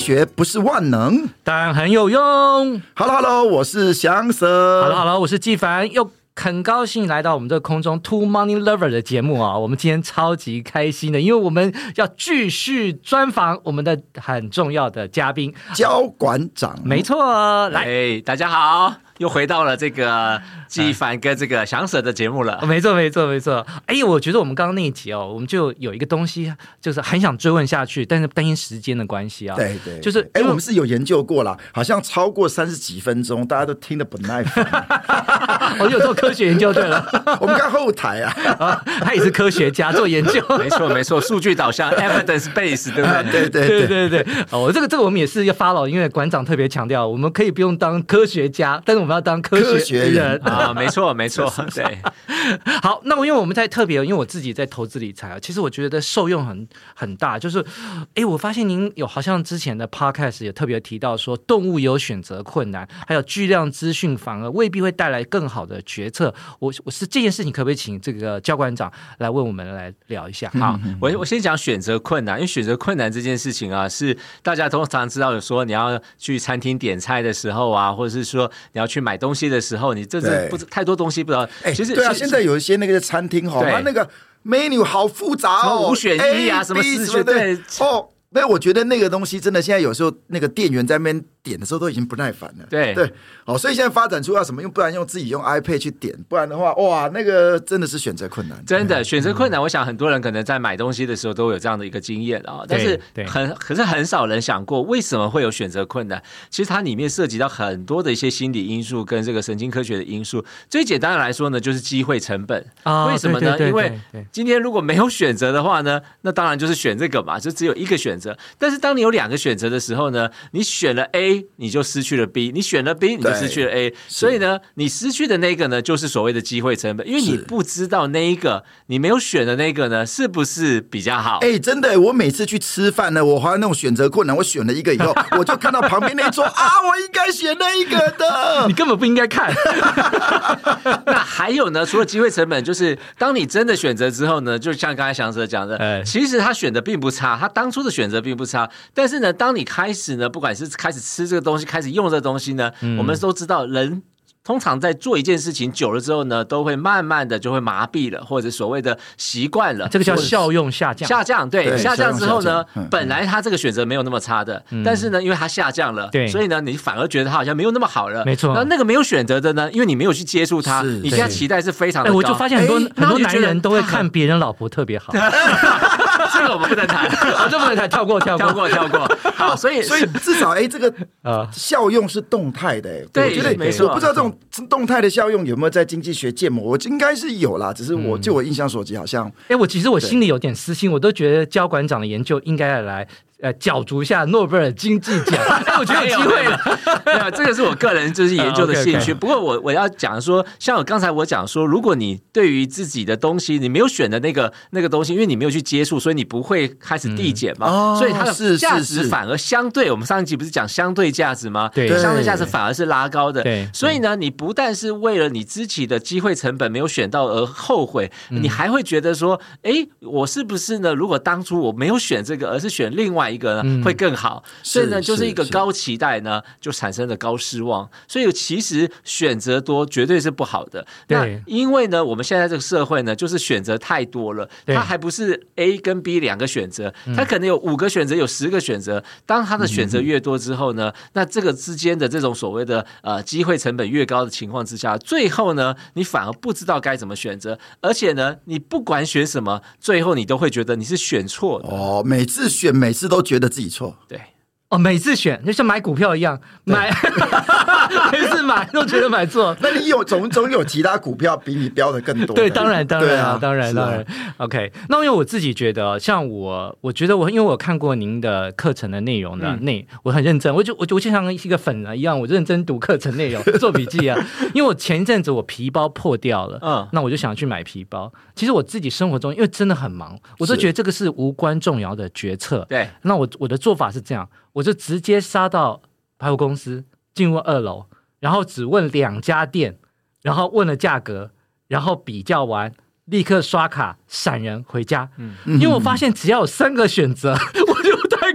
学不是万能， 但很有用。 Hello， 我是翔 Sir。 Hello， 我是纪凡，又很高兴来到我们这个空中 Two Money Lover 的节目啊！我们今天超级开心的，因为我们要继续专访我们的很重要的嘉宾焦馆长。 没错，来， 大家好，又回到了这个纪凡跟这个翔 Sir 的节目了。 没错。我觉得我们刚刚那一集哦，我们就有一个东西，就是很想追问下去，但是担心时间的关系啊。 对， 就是我们是有研究过啦，好像超过30几分钟，大家都听得不耐烦。 我有做科学研究，对了， 我们看后台啊， 他也是科学家，做研究。 没错，数据导向 ，evidence base， 对不对？对。这个我们也是要 follow， 因为馆长特别强调，我们可以不用当科学家，但是我们要当科学人啊。没错，对。 好，那因为我们在特别，因为我自己在投资理财啊，其实我觉得受用很大。就是，我发现您好像之前的 podcast 也特别提到说，动物有选择困难，还有巨量资讯反而未必会带来更好的决策。我是这件事情，可不可以请这个焦馆长来为我们来聊一下？ 好，我先讲选择困难，因为选择困难这件事情啊，是大家通常知道，有说你要去餐厅点菜的时候啊，或者是说你要去买东西的时候，你这是不太多东西不知道。其实对啊，现在有一些那个餐厅它那个 menu 好复杂哦 ，5选1啊，什么4选对哦。那我觉得那个东西真的，现在有时候那个店员在那边点的时候都已经不耐烦了。 对， 所以现在发展出要什么不然自己用 iPad 去点，不然的话，哇，那个真的是选择困难。 真的选择困难，我想很多人可能在买东西的时候都有这样的一个经验啊，但是可是很少人想过为什么会有选择困难。其实它里面涉及到很多的一些心理因素跟这个神经科学的因素。最简单的来说呢，就是机会成本。为什么呢？因为今天如果没有选择的话呢，那当然就是选这个嘛，就只有一个选择。但是当你有2个选择的时候呢，你选了 A 你就失去了 B， 你选了 B 你就失去了 A， 所以呢你失去的那个呢就是所谓的机会成本，因为你不知道那一个你没有选的那个呢是不是比较好。 真的，我每次去吃饭呢，我好像那种选择困难，我选了一个以后我就看到旁边那一桌啊，我应该选那一个的。 你根本不应该看。 那还有呢，除了机会成本，就是当你真的选择之后呢，就像刚才翔 Sir 讲的，其实他选的并不差，他当初的选择并不差，但是呢，当你开始呢，不管是开始吃这个东西，开始用这个东西呢，我们都知道人通常在做一件事情久了之后呢，都会慢慢的就会麻痹了，或者所谓的习惯了， 这个叫效用下降。 对，下降之后呢，本来他这个选择没有那么差的，但是呢，因为他下降了，所以呢，你反而觉得他好像没有那么好了。 没错。 那个没有选择的呢，因为你没有去接触他，你现在期待是非常的高。 我就发现很多男人都会看别人老婆特别好。 这个我们不能谈， 这不能谈，跳过。 好，所以至少这个效用是动态的。 对，没错。 我不知道这种动态的效用有没有在经济学建模，我应该是有啦，只是就我印象所及好像。 其实我心里有点私心，我都觉得焦馆长的研究应该来角逐一下诺贝尔经济奖。我觉得有机会了。 这个是我个人就是研究的兴趣。不过我要讲说，像刚才我讲说，如果你对于自己的东西你没有选的那个东西，因为你没有去接触，所以你不会开始递减嘛，所以它的价值反而相对，我们上一集不是讲相对价值吗？ 对， 相对价值反而是拉高的。 对， 所以呢，你不但是为了你自己的机会成本没有选到而后悔，你还会觉得说，我是不是呢？如果当初我没有选这个，而是选另外一个呢，会更好。所以呢，就是一个高期待呢，就产生了高失望。所以其实选择多绝对是不好的。那因为呢，我们现在这个社会呢，就是选择太多了，它还不是 A 跟 B 2个选择，它可能有5个选择，有10个选择。当它的选择越多之后呢，那这个之间的这种所谓的机会成本越高的情况之下，最后呢，你反而不知道该怎么选择，而且呢，你不管选什么，最后你都会觉得你是选错的。 每次选，每次都觉得自己错。 对。 每次选就像买股票一样，每次买都觉得买错。 那你总有其他股票比你标的更多。 对，当然。OK， 那因为我自己觉得，像我觉得因为我看过您的课程的内容的我很认真，我就像一个粉一样，我认真读课程内容，做笔记啊。因为我前一阵子我皮包破掉了，那我就想去买皮包。其实我自己生活中因为真的很忙，我都觉得这个是无关重要的决策。 对， 那我的做法是这样。我就直接杀到百货公司，进入2楼，然后只问2家店，然后问了价格，然后比较完，立刻刷卡闪人回家。因为我发现只要有3个选择，我就太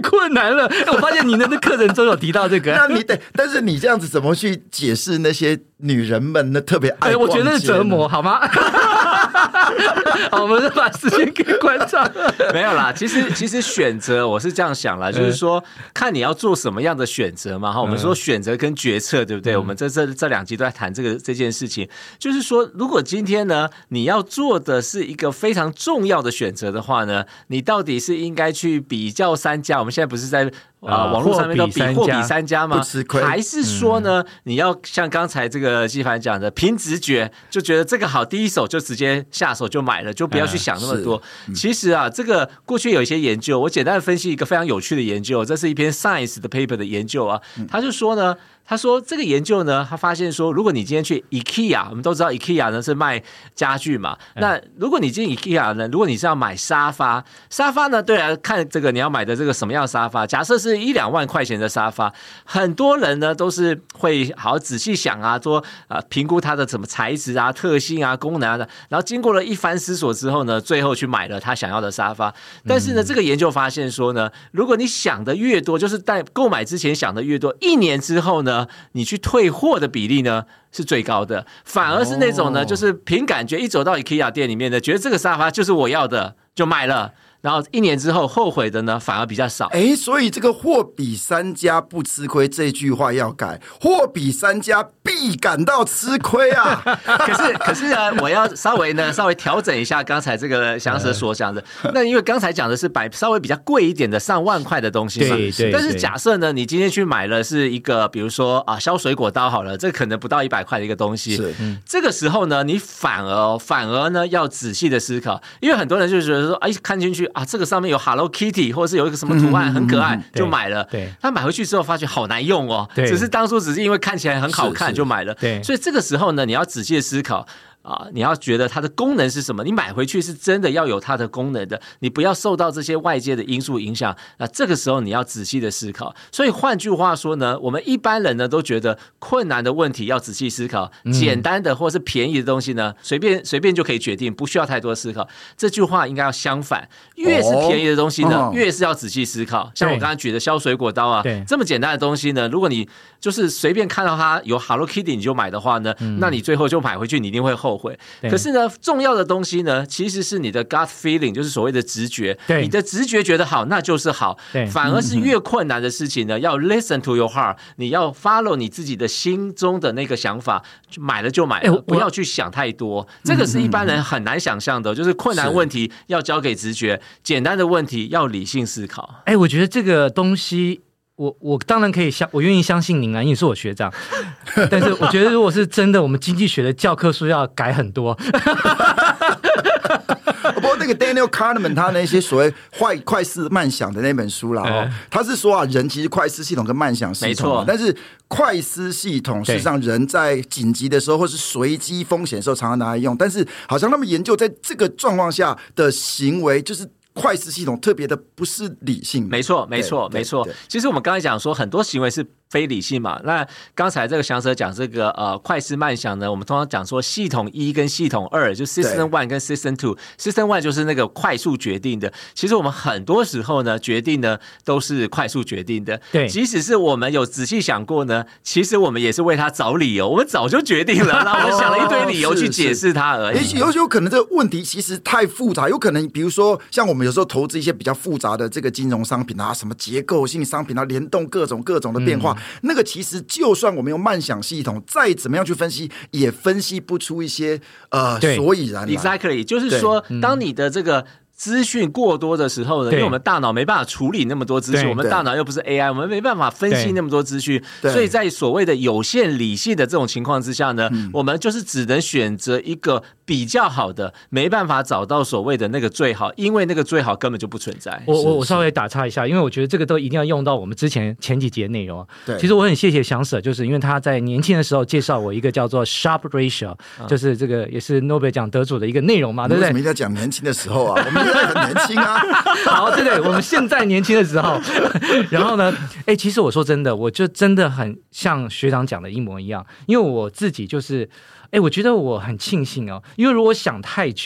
困难了。我发现你的课程中有提到这个， 那你得，但是你这样子怎么去解释那些女人们呢？特别爱逛街， 我觉得是折磨，好吗？好，我们就把时间给馆长。 没有啦，其实选择我是这样想啦，就是说看你要做什么样的选择嘛。哈，我们说选择跟决策，对不对？我们这2集都在谈这件事情，就是说，如果今天呢，你要做的是一个非常重要的选择的话呢，你到底是应该去比较3家？我们现在不是在网络上面都货比3家吗？还是说呢，你要像刚才这个纪凡讲的，凭直觉就觉得这个好，第一手就直接下手就买了，就不要去想那么多。其实啊，这个过去有一些研究，我简单的分析一个非常有趣的研究，这是一篇 Science 的 paper 的研究啊，他就说呢。他说这个研究呢，他发现说，如果你今天去 IKEA， 我们都知道 IKEA 呢是卖家具嘛，那如果你进 IKEA 呢，如果你是要买沙发呢，对啊，看这个你要买的这个什么样的沙发，假设是1-2万块钱的沙发，很多人呢都是会好好仔细想啊，说评估它的什么材质啊、特性啊、功能啊的，然后经过了一番思索之后呢，最后去买了他想要的沙发。但是呢，这个研究发现说呢，如果你想的越多，就是在购买之前想的越多，1年之后呢，你去退货的比例呢是最高的，反而是那种呢，就是凭感觉一走到 IKEA 店里面呢，觉得这个沙发就是我要的，就买了。然后1年之后后悔的呢，反而比较少。 所以这个货比3家不吃亏这句话要改，货比3家必感到吃亏啊！ 可是呢，我要稍微调整一下刚才这个翔蛇所讲的。那因为刚才讲的是稍微比较贵一点的上万块的东西嘛， 对。 但是假设呢，你今天去买了是一个，比如说削水果刀好了，这可能不到100块的一个东西。是，这个时候呢，你反而呢要仔细的思考，因为很多人就觉得说，看进去。这个上面有 Hello Kitty 或者是有一个什么图案很可爱，就买了。对，他买回去之后发觉好难用哦，当初只是因为看起来很好看就买了。对，所以这个时候呢，你要仔细的思考。你要觉得它的功能是什么？你买回去是真的要有它的功能的，你不要受到这些外界的因素影响。那这个时候你要仔细的思考。所以换句话说呢，我们一般人呢都觉得困难的问题要仔细思考，简单的或是便宜的东西呢，随便就可以决定，不需要太多思考。这句话应该要相反，越是便宜的东西呢，越是要仔细思考。像我刚刚举的削水果刀啊，这么简单的东西呢，如果你就是随便看到它有 Hello Kitty 你就买的话呢，那你最后就买回去，你一定会后悔。可是呢，重要的东西呢，其实是你的 gut feeling， 就是所谓的直觉。你的直觉觉得好，那就是好。反而是越困难的事情呢，要 listen to your heart， 你要 follow 你自己的心中的那个想法，买了就买了，不要去想太多。这个是一般人很难想象的，就是困难问题要交给直觉，简单的问题要理性思考。 我觉得这个东西。我当然可以我愿意相信您啊，因为你是我学长。但是我觉得，如果是真的，我们经济学的教科书要改很多。 不过那个 Daniel Kahneman 他那些所谓快思慢想的那本书啦，他是说人其实快思系统跟慢想系统，没错，但是快思系统事实上人在紧急的时候或是随机风险的时候常常拿来用，但是好像他们研究在这个状况下的行为就是。快思系统特别的不是理性的， 没错。其实我们刚才讲说很多行为是非理性嘛。那刚才这个翔蛇讲这个快思慢想呢，我们通常讲说系统1跟系统2，就 System 1跟 System 2。System 1就是那个快速决定的。其实我们很多时候呢，决定呢都是快速决定的。对，即使是我们有仔细想过呢，其实我们也是为他找理由，我们早就决定了，那我们想了一堆理由去解释它而已。 有可能这个问题其实太复杂，有可能比如说像我们有时候投资一些比较复杂的这个金融商品啊，什么结构性商品啊，联动各种的变化，那个其实就算我们用慢想系统再怎么样去分析，也分析不出一些所以然来。 Exactly， 就是说，当你的这个资讯过多的时候呢，因为我们大脑没办法处理那么多资讯，我们大脑又不是 AI， 我们没办法分析那么多资讯，所以在所谓的有限理性的这种情况之下呢，我们就是只能选择一个比较好的，没办法找到所谓的那个最好，因为那个最好根本就不存在。 我稍微打岔一下，因为我觉得这个都一定要用到我们前几集的内容。其实我很谢谢翔舍，就是因为他在年轻的时候介绍我一个叫做 Sharpe Ratio， 就是这个也是诺贝尔奖得主的一个内容嘛，对不对？ 为什么一定要讲年轻的时候啊？我们现在很年轻啊。 好，对，我们现在年轻的时候。然后呢，其实我说真的，我就真的很像学长讲的一模一样，因为我自己就是。我觉得我很庆幸哦，因为如果想太久，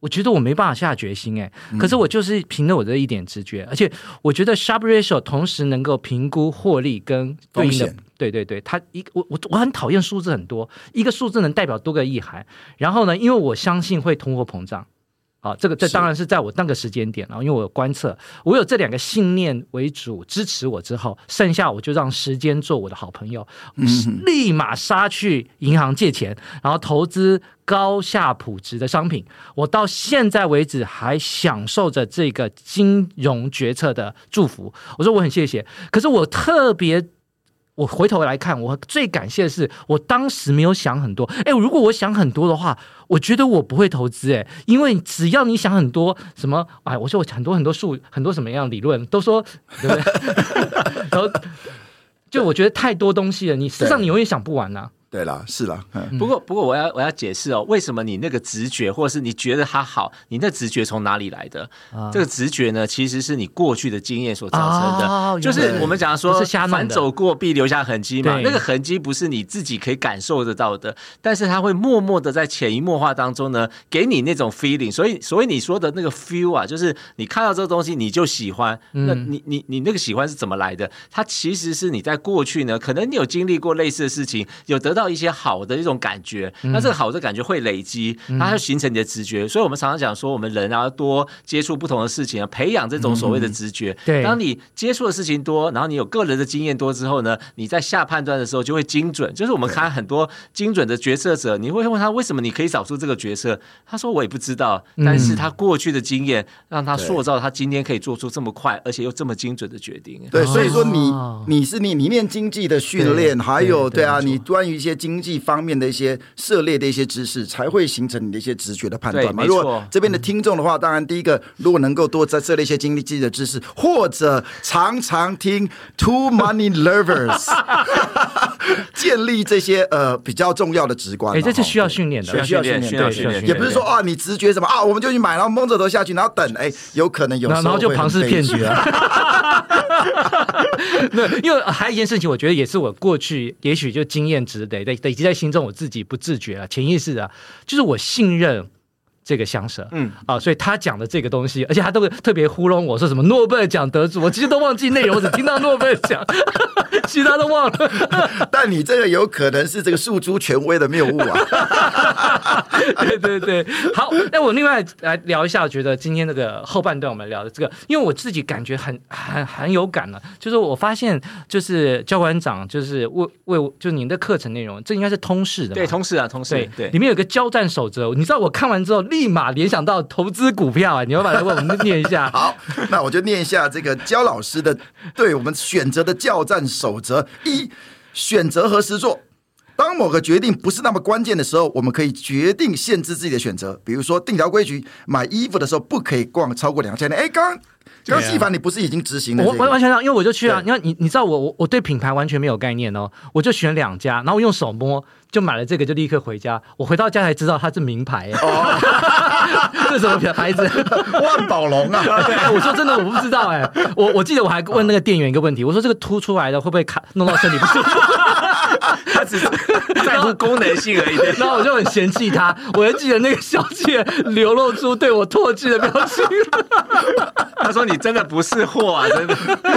我觉得我没办法下决心可是我就是凭着我的一点直觉，而且我觉得 Sharpe Ratio 同时能够评估获利跟对应的，对，它我很讨厌数字很多，一个数字能代表多个意涵。然后呢，因为我相信会通货膨胀。好，这当然是在我那个时间点，然后因为我有观测，我有这2个信念为主支持我之后，剩下我就让时间做我的好朋友，立马杀去银行借钱，然后投资高价普值的商品。我到现在为止还享受着这个金融决策的祝福，我说我很谢谢。可是我回头来看，我最感谢的是我当时没有想很多。如果我想很多的话，我觉得我不会投资。因为只要你想很多什么，我说我很多很多什么样的理论都说，对不对？然后就我觉得太多东西了，事实上你永远想不完啊。 对啦，是啦。 不过我要解释为什么你那个直觉，或者是你觉得它好，你那直觉从哪里来的？这个直觉呢，其实是你过去的经验所造成的。就是我们讲说，凡走过必留下痕迹嘛。那个痕迹不是你自己可以感受得到的，但是它会默默的在潜移默化当中呢，给你那种 feeling。所以你说的那个 feel 啊，就是你看到这个东西你就喜欢。那你那个喜欢是怎么来的？它其实是你在过去呢，可能你有经历过类似的事情，有得到一些好的一种感觉，那这个好的感觉会累积，它就形成你的直觉。所以我们常常讲说，我们人要多接触不同的事情，培养这种所谓的直觉。当你接触的事情多，然后你有个人的经验多之后呢，你在下判断的时候就会精准。就是我们看很多精准的决策者，你会问他为什么你可以找出这个决策，他说我也不知道，但是他过去的经验让他塑造他今天可以做出这么快而且又这么精准的决定。 对，所以说你念经济的训练，还有你关于一些经济方面的一些涉猎的一些知识，才会形成你的一些直觉的判断嘛。如果这边的听众的话，当然第一个，如果能够多涉猎一些经济的知识，或者常听 Two Money Lovers 建立这些比较重要的直观。 这是需要训练的， 需要训练， 也不是说你直觉什么我们就去买，然后蒙着头下去，然后等有可能有时候然后就庞氏骗局了。因为还有一件事情，我觉得也是我过去也许就经验值累积在心中，我自己不自觉潜意识就是我信任这个香蛇，所以他讲的这个东西，而且他都特别糊弄我说什么诺贝尔奖得主，我其实都忘记内容，我只听到诺贝尔奖，其他都忘了。 但你这个有可能是这个诉诸权威的谬误啊。 对，好，那我另外来聊一下，我觉得今天这个后半段我们聊的这个，因为我自己感觉很有感了，就是我发现就是教官长就是就是您的课程内容，这应该是通识的嘛？ 对，通识啊，通识，对， 里面有个交战守则，你知道我看完之后立马联想到投资股票你要把它为我们念一下。 好，那我就念一下这个焦老师的对我们选择的教战守则。1. 选择何时做。当某个决定不是那么关键的时候，我们可以决定限制自己的选择。比如说定条规矩，买衣服的时候不可以逛超过2000年。刚纪凡你不是已经执行了、这个？ 我完全因为我就去啊，因为你知道我对品牌完全没有概念我就选2家，然后用手摸就买了这个，就立刻回家。我回到家才知道它是名牌这是什么牌子？ 万宝龙啊！ 我说真的我不知道我记得我还问那个店员一个问题，我说这个凸出来的会不会弄到身体不舒服？ 他只是在乎功能性而已。 然后我就很嫌弃他，我还记得那个小姐流露出对我唾弃的表情。 他说：“你真的不是货啊，真的。”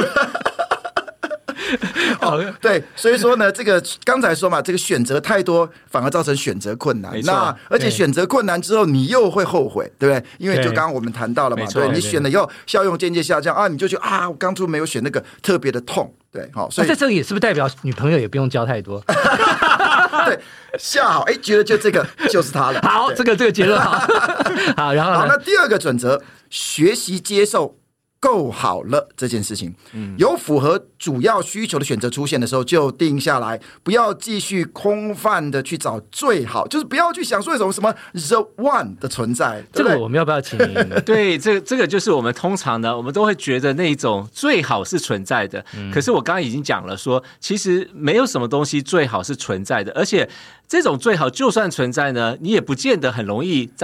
对，所以说呢，这个刚才说嘛，这个选择太多反而造成选择困难。那而且选择困难之后，你又会后悔，对不对？因为就刚刚我们谈到了嘛，对你选了以后效用渐渐下降你就觉得我当初没有选那个特别的痛，对，好，所以在这里是不是代表女朋友也不用交太多？ 对，下好，觉得就这个就是他了。 好，这个结论好。好，然后好，那第二个准则，学习接受够好了这件事情，有符合主要需求的选择出现的时候就定下来，不要继续空泛的去找最好，就是不要去想说有什么 the one 的存在。 这个我们要不要请您？ 对，这个就是我们通常呢，我们都会觉得那种最好是存在的。可是我刚刚已经讲了说，其实没有什么东西最好是存在的，而且这种最好就算存在呢，你也不见得很容易在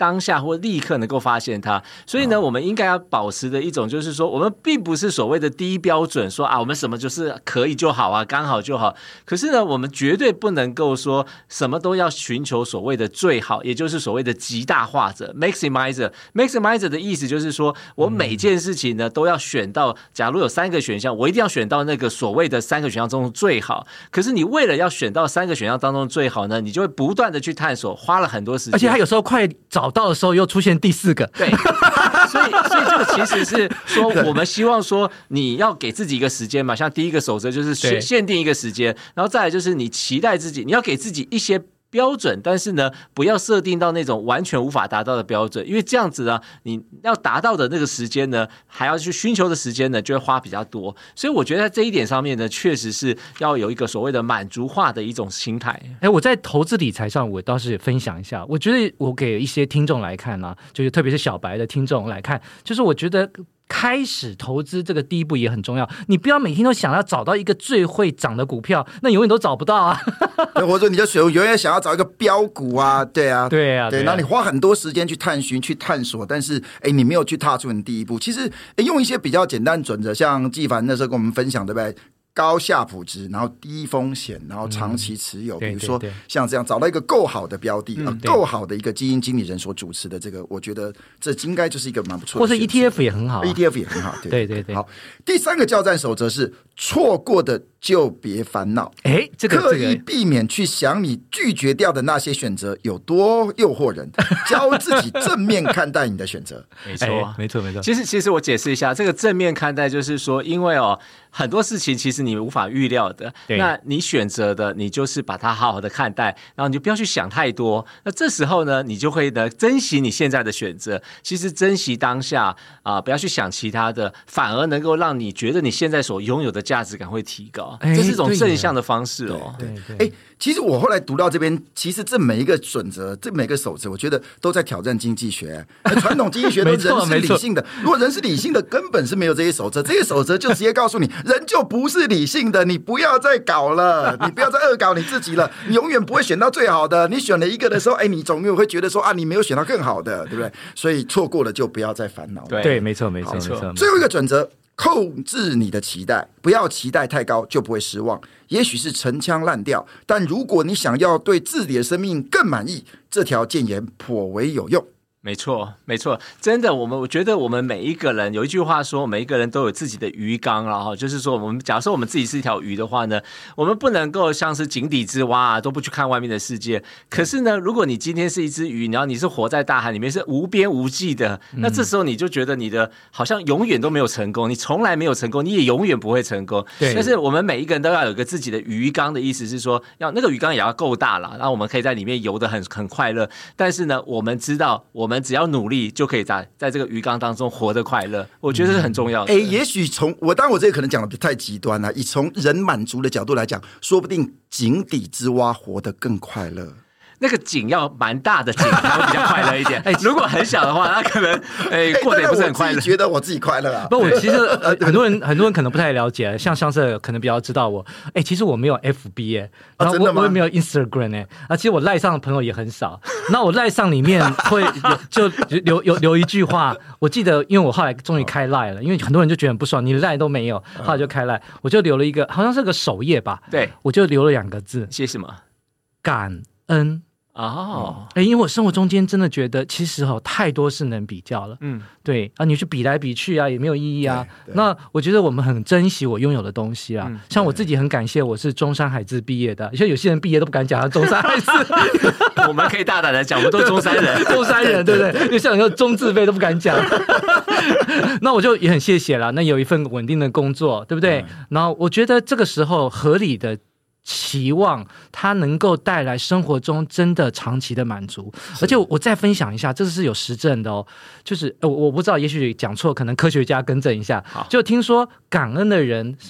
当下或立刻能够发现它。所以呢，我们应该要保持的一种就是说，我们并不是所谓的低标准，说我们什么就是可以就好啊，刚好就好。可是呢，我们绝对不能够说什么都要寻求所谓的最好，也就是所谓的极大化者 maximizer 的意思就是说，我每件事情呢都要选到，假如有3个选项，我一定要选到那个所谓的3个选项中的最好。可是你为了要选到3个选项当中最好呢，你就会不断的去探索，花了很多时间， 而且他有时候快找到的时候又出现第4个。 对，所以这个其实是说，我们希望说你要给自己一个时间嘛，像第一个守则就是限定一个时间，然后再来就是你期待自己，你要给自己一些标准，但是呢，不要设定到那种完全无法达到的标准，因为这样子呢，你要达到的那个时间呢，还要去寻求的时间呢，就会花比较多。所以我觉得在这一点上面呢，确实是要有一个所谓的满足化的一种心态。 我在投资理财上，我倒是分享一下，我觉得我给一些听众来看啊，就是特别是小白的听众来看，就是我觉得开始投资这个第一步也很重要，你不要每天都想要找到一个最会涨的股票，那永远都找不到啊。 或者你就永远想要找一个标股啊，对啊， 对啊， 对，然后你花很多时间去探寻、去探索，但是你没有去踏出你第一步。其实用一些比较简单准则，像纪凡那时候跟我们分享，对不对？高夏普值，然后低风险，然后长期持有，比如说像这样找到一个够好的标的，够好的一个基金经理人所主持的这个，我觉得这应该就是一个蛮不错的， 或是 ETF 也很好 ，ETF 也很好， 对对对。 好，第3个教战守则是错过的就别烦恼，刻意避免去想你拒绝掉的那些选择有多诱惑人，教自己正面看待你的选择。 没错， 没错，没错。 其实我解释一下，这个正面看待就是说，因为很多事情其实你无法预料的，那你选择的，你就是把它好好的看待，然后你就不要去想太多。那这时候呢，你就会呢珍惜你现在的选择，其实珍惜当下不要去想其他的，反而能够让你觉得你现在所拥有的价值感会提高，这是一种正向的方式哦。 对，其实我后来读到这边，其实这每一个准则，这每个守则，我觉得都在挑战经济学。传统经济学都人是理性的，如果人是理性的，根本是没有这些守则。这些守则就直接告诉你，人就不是理性的，你不要再搞了，你不要再恶搞你自己了，你永远不会选到最好的。你选了一个的时候，你总有会觉得说你没有选到更好的，对不对？所以错过了就不要再烦恼。 对，没错。 最后一个准则。控制你的期待，不要期待太高，就不会失望。也许是陈腔滥调，但如果你想要对自己的生命更满意，这条谏言颇为有用。 没错，真的，我觉得我们每一个人有一句话说，每一个人都有自己的鱼缸啦，就是说，假设我们自己是一条鱼的话呢，我们不能够像是井底之蛙都不去看外面的世界。可是呢，如果你今天是一只鱼，然后你是活在大海里面，是无边无际的，那这时候你就觉得你的好像永远都没有成功，你从来没有成功，你也永远不会成功。但是我们每一个人都要有一个自己的鱼缸的意思是说，那个鱼缸也要够大啦，然后我们可以在里面游得很快乐。但是呢，我们知道我们只要努力就可以在这个鱼缸当中活得快乐，我觉得是很重要的。 也许当然我这个可能讲的太极端了，以从人满足的角度来讲，说不定井底之蛙活得更快乐。 那个井要蛮大的井才会比较快乐一点。如果很小的话，那可能过得也不是很快乐。 我自己觉得我自己快乐啊。 不，我其实很多人可能不太了解，像上次可能比较知道我。其实我没有 FB 然后我也没有 Instagram 其实我赖上的朋友也很少。那我赖上里面会就留一句话，我记得，因为我后来终于开赖了，因为很多人就觉得很不爽，你赖都没有，后来就开赖，我就留了一个，好像是个首页吧， 对， 我就留了2个字， 写什么？ 感恩。因为我生活中间真的觉得其实太多是能比较了，对你去比来比去也没有意义啊。那我觉得我们很珍惜我拥有的东西啊，像我自己很感谢我是中山海资毕业的，像有些人毕业都不敢讲他中山海资我们可以大胆的讲，我们都是中山人对不对？就像你说中字辈都不敢讲那我就也很谢谢啦，那有一份稳定的工作，对不对？然后我觉得这个时候合理的期望它能够带来生活中真的长期的满足。而且我再分享一下，这是有实证的就是我不知道，也许讲错，可能科学家更正一下。就听说感恩的人什么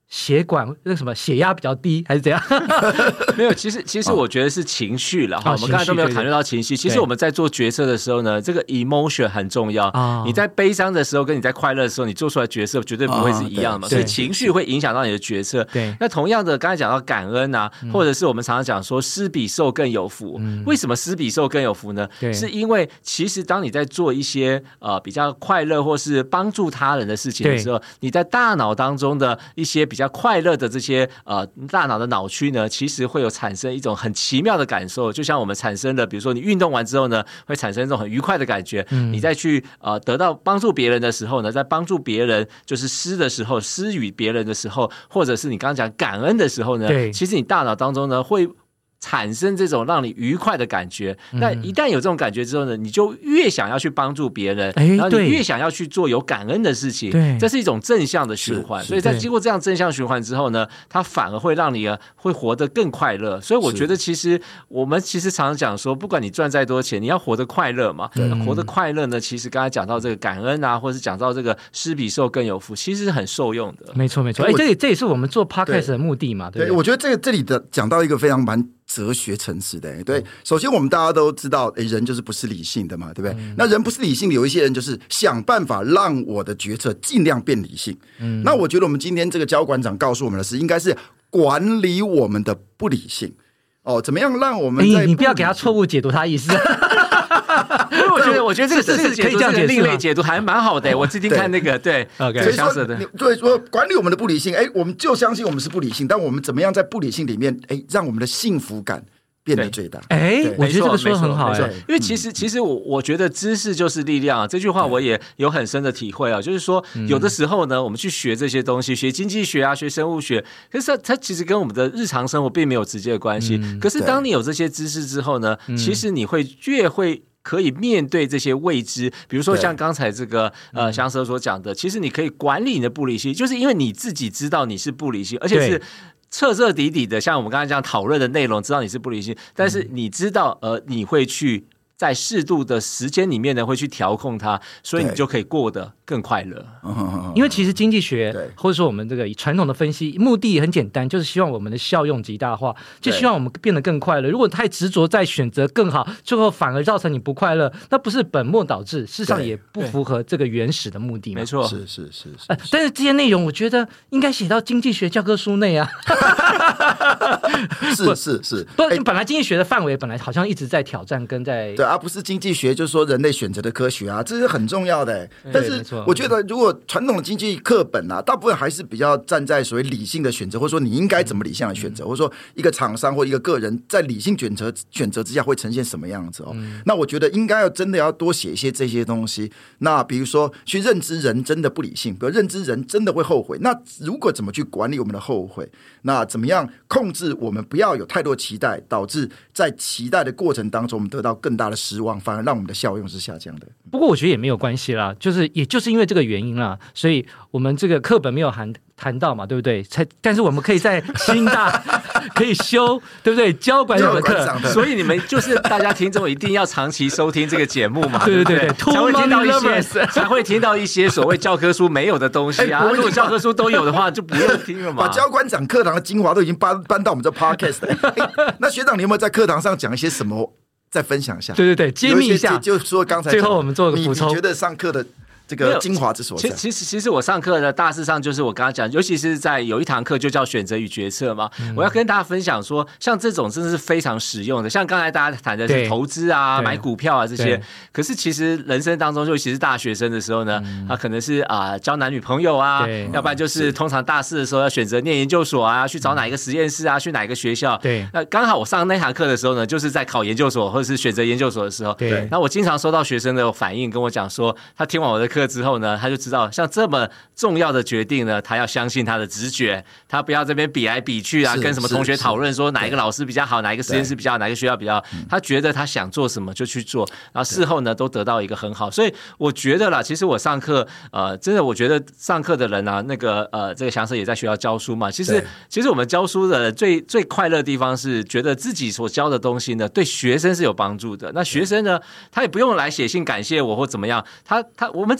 血管那什么血压比较低还是怎样？ 没有，其实我觉得是情绪了哈。我们刚才都没有谈论到情绪。其实我们在做决策的时候呢，这个 emotion 很重要。你在悲伤的时候跟你在快乐的时候，你做出来决策绝对不会是一样的嘛。所以情绪会影响到你的决策。那同样的，刚才讲到感恩啊，或者是我们常常讲说施比受更有福。为什么施比受更有福呢？是因为其实当你在做一些比较快乐或是帮助他人的事情的时候，你在大脑当中的一些比较快乐的这些大脑的脑区呢，其实会有产生一种很奇妙的感受，就像我们产生的，比如说你运动完之后呢，会产生一种很愉快的感觉。你再去得到帮助别人的时候呢，在帮助别人就是施的时候，施予别人的时候，或者是你刚刚讲感恩的时候呢，其实你大脑当中呢会产生这种让你愉快的感觉。那一旦有这种感觉之后呢，你就越想要去帮助别人，然后你越想要去做有感恩的事情，这是一种正向的循环。所以在经过这样正向循环之后呢，它反而会让你会活得更快乐。所以我觉得其实我们常常讲说，不管你赚再多钱，你要活得快乐嘛。活得快乐呢，其实刚才讲到这个感恩啊，或是讲到这个施比受更有福，其实是很受用的。 没错没错，这也是我们做 podcast 的目的嘛。对， 我觉得这里的讲到一个非常蛮哲学层次的。对，首先我们大家都知道，人就是不是理性的嘛，对不对？那人不是理性的，有一些人就是想办法让我的决策尽量变理性。那我觉得我们今天这个焦馆长告诉我们的是，应该是管理我们的不理性。怎么样让我们在你不要给他错误解读他意思。 因为我觉得这个可以这样解释，另类解读还蛮好的。我最近看那个对， 所以说管理我们的不理性，我们就相信我们是不理性，但我们怎么样在不理性里面，让我们的幸福感变得最大。 我觉得这个说得很好。 因为其实我觉得知识就是力量这句话我也有很深的体会就是说有的时候呢，我们去学这些东西，学经济学啊，学生物学，可是它其实跟我们的日常生活并没有直接的关系。可是当你有这些知识之后呢，其实你会越会可以面对这些未知，比如说像刚才这个香蛇所讲的，其实你可以管理你的不理性，就是因为你自己知道你是不理性，而且是彻彻底底的，像我们刚才这样讨论的内容，知道你是不理性，但是你知道你会去在适度的时间里面呢，会去调控它，所以你就可以过得更快乐。 因为其实经济学或者说我们这个传统的分析目的很简单，就是希望我们的效用极大化，就希望我们变得更快乐。如果太执着在选择更好，最后反而造成你不快乐，那不是本末倒置，事实上也不符合这个原始的目的嘛。 没错， 是。 但是这些内容我觉得应该写到经济学教科书内啊。 是。 不，本来经济学的范围本来好像一直在挑战跟在不是经济学，就是说人类选择的科学啊，这是很重要的。但是我觉得，如果传统的经济课本啊，大部分还是比较站在所谓理性的选择，或者说你应该怎么理性的选择，或者说一个厂商或一个个人在理性选择之下会呈现什么样子那我觉得应该真的要多写一些这些东西。那比如说去认知人真的不理性，比如认知人真的会后悔。那如果怎么去管理我们的后悔？那怎么样控制我们不要有太多期待，导致在期待的过程当中我们得到更大的失望，反而让我们的效用是下降的。 不过我觉得也没有关系啦，也就是因为这个原因啦，所以我们这个课本没有谈到嘛，对不对？但是我们可以在清大可以修，对不对？教管长的课， 所以你们就是大家听众一定要长期收听这个节目嘛， 对， 才会听到一些所谓教科书没有的东西啊。如果教科书都有的话，就不用听了嘛。 把教官长课堂的精华都已经搬到我们这 podcast 那学长，你有没有在课堂上讲一些什么？再分享一下， 对，揭秘一下。 就说刚才最后我们做个补充， 你觉得上课的这个精华之所在？ 其实我上课的大致上就是我刚刚讲，尤其是在有一堂课就叫选择与决策嘛，我要跟大家分享说，像这种真的是非常实用的。像刚才大家谈的是投资啊、买股票啊这些，可是其实人生当中，尤其是大学生的时候呢，他可能是交男女朋友啊，要不然就是通常大四的时候要选择念研究所啊，去找哪一个实验室啊，去哪一个学校。 对， 那刚好我上那堂课的时候呢，就是在考研究所或者是选择研究所的时候。 对， 那我经常收到学生的反应跟我讲说，他听完我的课之后呢，他就知道像这么重要的决定呢，他要相信他的直觉，他不要这边比来比去啊，跟什么同学讨论说哪一个老师比较好，哪一个实验室比较好，哪一个学校比较好，他觉得他想做什么就去做，然后事后呢都得到一个很好。所以我觉得啦，其实我上课真的我觉得上课的人啊，那个这个翔蛇也在学校教书嘛，其实我们教书的人最快乐的地方是觉得自己所教的东西呢对学生是有帮助的。那学生呢，他也不用来写信感谢我或怎么样，我们只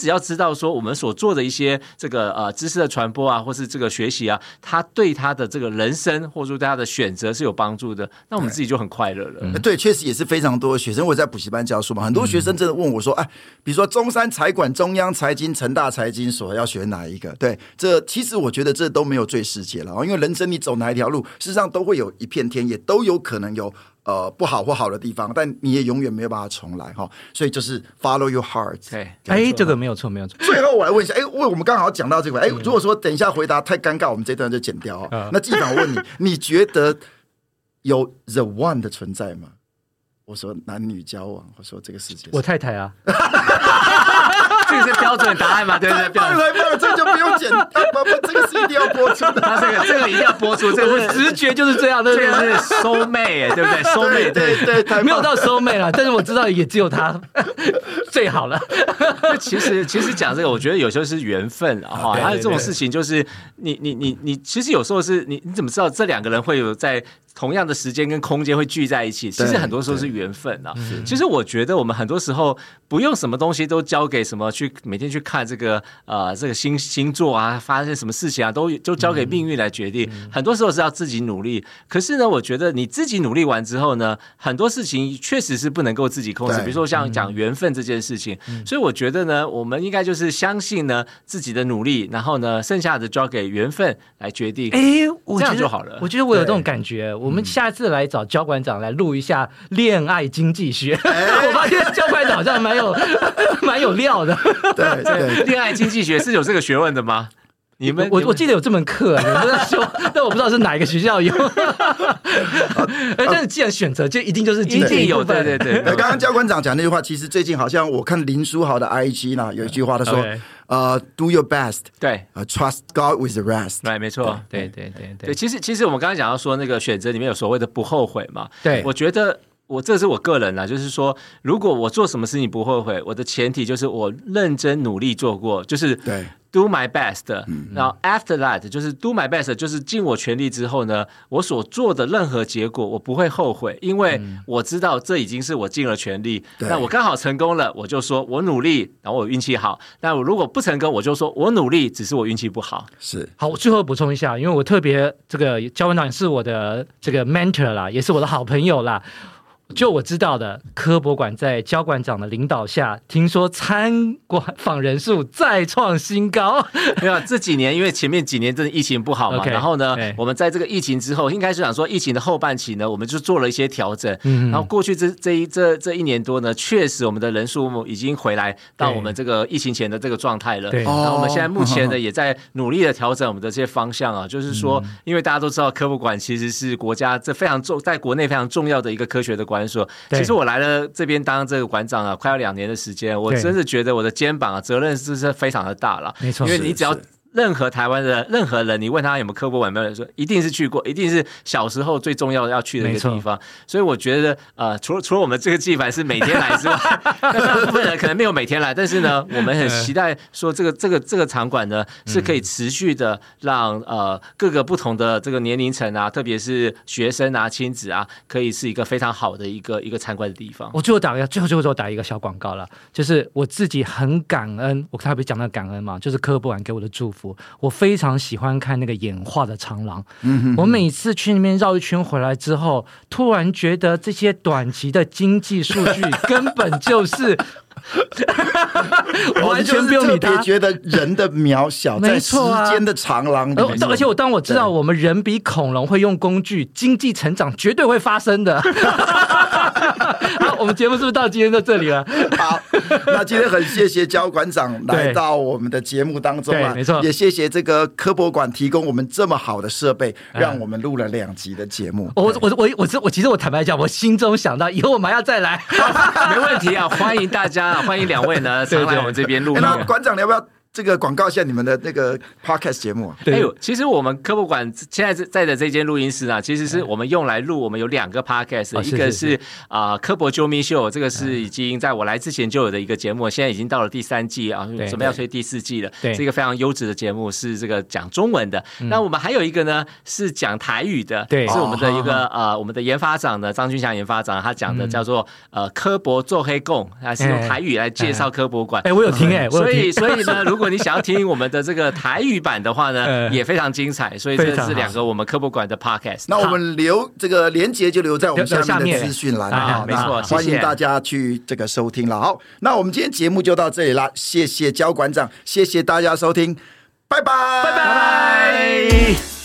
只要知道说我们所做的一些这个知识的传播啊，或是这个学习啊，他对他的这个人生或者说对他的选择是有帮助的，那我们自己就很快乐了。 对，确实也是非常多的学生，我在补习班教书嘛，很多学生真的问我说，哎，比如说中山财管、中央财经、成大财经所要选哪一个？对，这其实我觉得这都没有最世界了，因为人生你走哪一条路，事实上都会有一片天，也都有可能有不好或好的地方，但你也永远没有办法重来哈。所以就是 follow your heart。 哎，这个没有错，没有错。 最后我来问一下，哎，我们刚好讲到这个，哎，如果说等一下回答太尴尬，我们这段就剪掉哦。那纪凡，我问你，你觉得有 the one 的存在吗？我说男女交往，我说这个世界， 我太太啊。 这个是标准答案吗？对不对？ 太棒了，这个就不用剪，不，这个是一定要播出的。 这个一定要播出，这个直觉就是这样，对不对？ 这个是soul mate，对不对？soul mate， 对， 没有到soul mate啦，但是我知道也只有他最好了。 其实讲这个，我觉得有时候是缘分啊，还有这种事情就是你其实有时候是你怎么知道这两个人会有在同样的时间跟空间会聚在一起？其实很多时候是缘分啊。其实我觉得我们很多时候不用什么东西都交给什么去每天去看这个星座啊，发生什么事情啊，都交给命运来决定。很多时候是要自己努力。可是呢，我觉得你自己努力完之后呢，很多事情确实是不能够自己控制。比如说像讲缘分这件事情，所以我觉得呢，我们应该就是相信呢自己的努力，然后呢剩下的交给缘分来决定。这样就好了。 我觉得我有这种感觉。我们下次来找教馆长来录一下恋爱经济学。我发现教馆长好像蛮有料的。 对， 恋爱经济学是有这个学问的吗？ 我记得有这门课，你们在说，但我不知道是哪一个学校有。但是既然选择，就一定就是经济有。 对。 刚刚教馆长讲那句话，其实最近好像我看林书豪的 IG 呢，有一句话他说。Do your best， 对，trust God with the rest， 对，没错， 对。 其实我们刚才讲到说那个选择里面有所谓的不后悔嘛， 对， 我觉得这是我个人啦，就是说，如果我做什么事情不后悔，我的前提就是我认真努力做过，就是对。Do my best， 然后 after that 就是 do my best， 就是尽我全力之后呢，我所做的任何结果我不会后悔，因为我知道这已经是我尽了全力。那我刚好成功了，我就说我努力，然后我运气好。那我如果不成功，我就说我努力，只是我运气不好。 是。 好，我最后补充一下，因为我特别这个教馆长是我的这个 mentor 啦，也是我的好朋友啦。就我知道的，科博馆在教馆长的领导下，听说参访人数再创新高。 没有，这几年因为前面几年真的疫情不好嘛，然后呢，我们在这个疫情之后，应该是想说疫情的后半期呢，我们就做了一些调整。然后过去这一年多呢，确实我们的人数已经回来到我们这个疫情前的这个状态了。然后我们现在目前呢，也在努力的调整我们的这些方向啊，就是说，因为大家都知道科博馆其实是国家这非常在国内非常重要的一个科学的馆。其实我来了这边当这个馆长啊，快要2年的时间，我真的觉得我的肩膀责任是非常的大了。 没错， 因为你只要任何台湾的任何人，你问他有没有科博馆，没有人说一定是去过，一定是小时候最重要的要去的一个地方。所以我觉得除了我们这个纪凡是每天来之外，大部分人可能没有每天来，但是呢，我们很期待说这个场馆呢是可以持续的让各个不同的这个年龄层啊，特别是学生啊、亲子啊，可以是一个非常好的一个参观的地方。 我最后打一个小广告了，就是我自己很感恩，我特别讲到感恩嘛，就是科博馆给我的祝福。我非常喜欢看那个演化的长廊，我每次去那边绕一圈回来之后，突然觉得这些短期的经济数据根本就是完全不用理他， 觉得人的渺小，在时间的长廊里面。 而且当我知道我们人比恐龙会用工具，经济成长绝对会发生的。好，我们节目是不是到今天到这里了？ 好，那今天很谢谢教馆长来到我们的节目当中啊， 没错， 也谢谢这个科博馆提供我们这么好的设备，让我们录了2集的节目。 其实我坦白讲，我心中想到以后我们还要再来， 没问题啊，欢迎大家，欢迎2位呢常来我们这边录。 那馆长你要不要这个广告一下你们的那个 podcast 节目。 哎呦，其实我们科博馆现在在的这间录音室啊，其实是我们用来录，我们有2个 podcast，一个是科博啾咪秀，这个是已经在我来之前就有的一个节目，现在已经到了第3季啊，准备要推第4季了，是一个非常优质的节目，是这个讲中文的。那我们还有一个呢是讲台语的，是我们的一个我们的研发长呢张君祥研发长，他讲的叫做科博做黑共，他是用台语来介绍科博馆。 我有听所以呢，如果你想要听我们的这个台语版的话呢，也非常精彩。所以这是2个我们科博馆的 podcast。 那我们留这个连结就留在我们下面的资讯栏啊， 没错， 欢迎大家去这个收听了。好，那我们今天节目就到这里啦，谢谢焦馆长，谢谢大家收听，拜拜， 拜拜。